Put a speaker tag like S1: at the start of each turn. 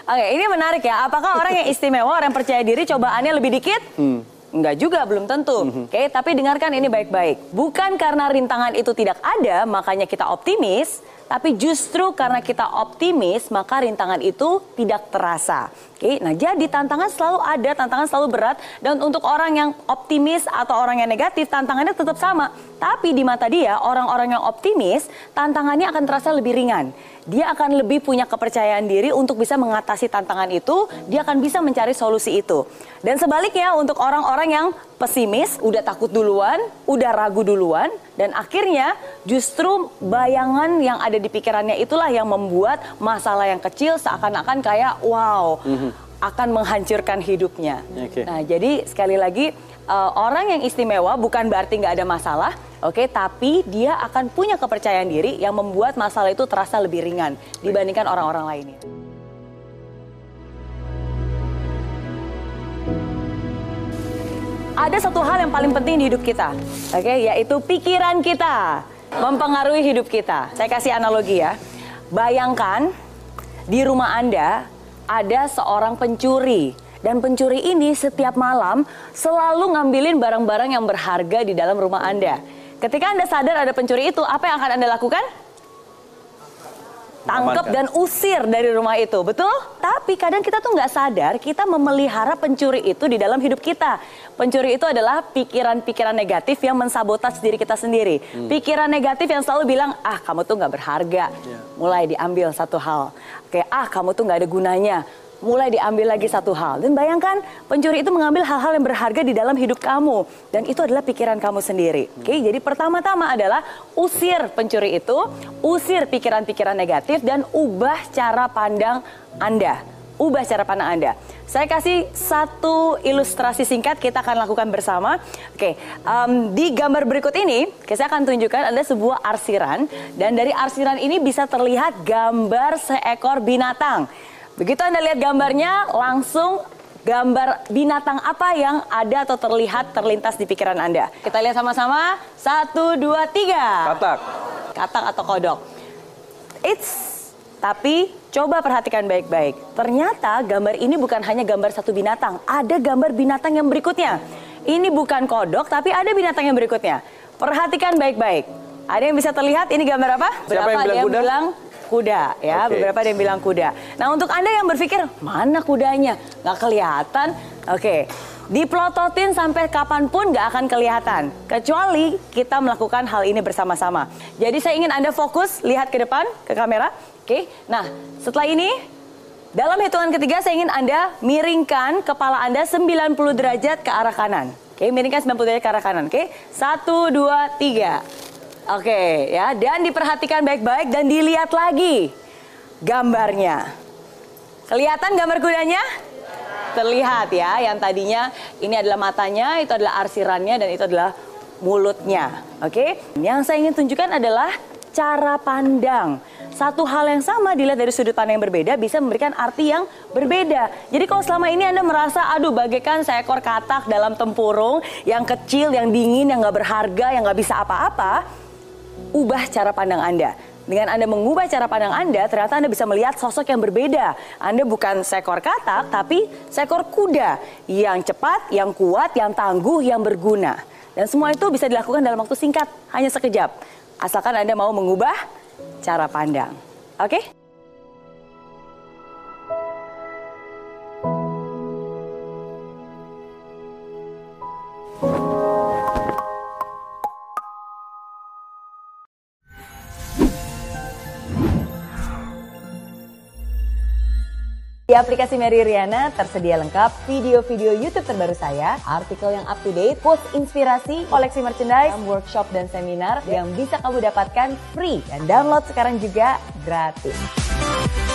S1: Oke, ini menarik ya. Apakah orang yang istimewa, orang yang percaya diri, cobaannya lebih dikit? Enggak juga, belum tentu. Oke, tapi dengarkan ini baik-baik. Bukan karena rintangan itu tidak ada, makanya kita optimis. Tapi justru karena kita optimis, maka rintangan itu tidak terasa. Oke, nah jadi tantangan selalu ada, tantangan selalu berat. Dan untuk orang yang optimis atau orang yang negatif, tantangannya tetap sama. Tapi di mata dia, orang-orang yang optimis, tantangannya akan terasa lebih ringan. Dia akan lebih punya kepercayaan diri untuk bisa mengatasi tantangan itu, dia akan bisa mencari solusi itu. Dan sebaliknya untuk orang-orang yang pesimis, udah takut duluan, udah ragu duluan, dan akhirnya justru bayangan yang ada di pikirannya itulah yang membuat masalah yang kecil seakan-akan kayak wow, akan menghancurkan hidupnya. Nah, jadi sekali lagi orang yang istimewa bukan berarti nggak ada masalah, oke, tapi dia akan punya kepercayaan diri yang membuat masalah itu terasa lebih ringan dibandingkan orang-orang lainnya. Ada satu hal yang paling penting di hidup kita, oke, yaitu pikiran kita mempengaruhi hidup kita. Saya kasih analogi ya. Bayangkan di rumah Anda ada seorang pencuri. Dan pencuri ini setiap malam selalu ngambilin barang-barang yang berharga di dalam rumah Anda. Ketika Anda sadar ada pencuri itu, apa yang akan Anda lakukan? Tangkap dan usir dari rumah itu, betul? Tapi kadang kita tuh nggak sadar, kita memelihara pencuri itu di dalam hidup kita. Pencuri itu adalah pikiran-pikiran negatif yang mensabotase diri kita sendiri. Pikiran negatif yang selalu bilang, ah kamu tuh nggak berharga. Mulai diambil satu hal. Kayak, ah kamu tuh nggak ada gunanya. Mulai diambil lagi satu hal. Dan bayangkan pencuri itu mengambil hal-hal yang berharga di dalam hidup kamu. Dan itu adalah pikiran kamu sendiri. Oke, jadi pertama-tama adalah usir pencuri itu, usir pikiran-pikiran negatif dan ubah cara pandang Anda. Ubah cara pandang Anda. Saya kasih satu ilustrasi singkat kita akan lakukan bersama. Oke, di gambar berikut ini, saya akan tunjukkan ada sebuah arsiran. Dan dari arsiran ini bisa terlihat gambar seekor binatang. Begitu Anda lihat gambarnya, langsung gambar binatang apa yang ada atau terlintas di pikiran Anda. Kita lihat sama-sama. 1, 2, 3.
S2: Katak.
S1: Katak atau kodok. Tapi coba perhatikan baik-baik. Ternyata gambar ini bukan hanya gambar satu binatang. Ada gambar binatang yang berikutnya. Ini bukan kodok, tapi ada binatang yang berikutnya. Perhatikan baik-baik. Ada yang bisa terlihat, ini gambar apa?
S2: Siapa yang bilang kuda?
S1: Kuda ya, beberapa ada yang bilang kuda. Nah untuk Anda yang berpikir, mana kudanya? Nggak kelihatan. Oke, diplototin sampai kapanpun nggak akan kelihatan. Kecuali kita melakukan hal ini bersama-sama. Jadi saya ingin Anda fokus, lihat ke depan, ke kamera. Oke, nah setelah ini, dalam hitungan ketiga saya ingin Anda miringkan kepala Anda 90 derajat ke arah kanan. Oke, miringkan 90 derajat ke arah kanan. Oke, 1, 2, 3. Oke ya, dan diperhatikan baik-baik dan dilihat lagi gambarnya. Kelihatan gambar kudanya? Terlihat ya, yang tadinya ini adalah matanya, itu adalah arsirannya, dan itu adalah mulutnya. Oke, yang saya ingin tunjukkan adalah cara pandang. Satu hal yang sama dilihat dari sudut pandang yang berbeda bisa memberikan arti yang berbeda. Jadi kalau selama ini Anda merasa, aduh bagaikan seekor katak dalam tempurung yang kecil, yang dingin, yang nggak berharga, yang nggak bisa apa-apa, ubah cara pandang Anda. Dengan Anda mengubah cara pandang Anda, ternyata Anda bisa melihat sosok yang berbeda. Anda bukan seekor katak, tapi seekor kuda yang cepat, yang kuat, yang tangguh, yang berguna. Dan semua itu bisa dilakukan dalam waktu singkat, hanya sekejap. Asalkan Anda mau mengubah cara pandang. Oke? Di aplikasi Mary Riana tersedia lengkap video-video YouTube terbaru saya, artikel yang up to date, quotes inspirasi, koleksi merchandise, workshop dan seminar yang bisa kamu dapatkan free dan download sekarang juga gratis.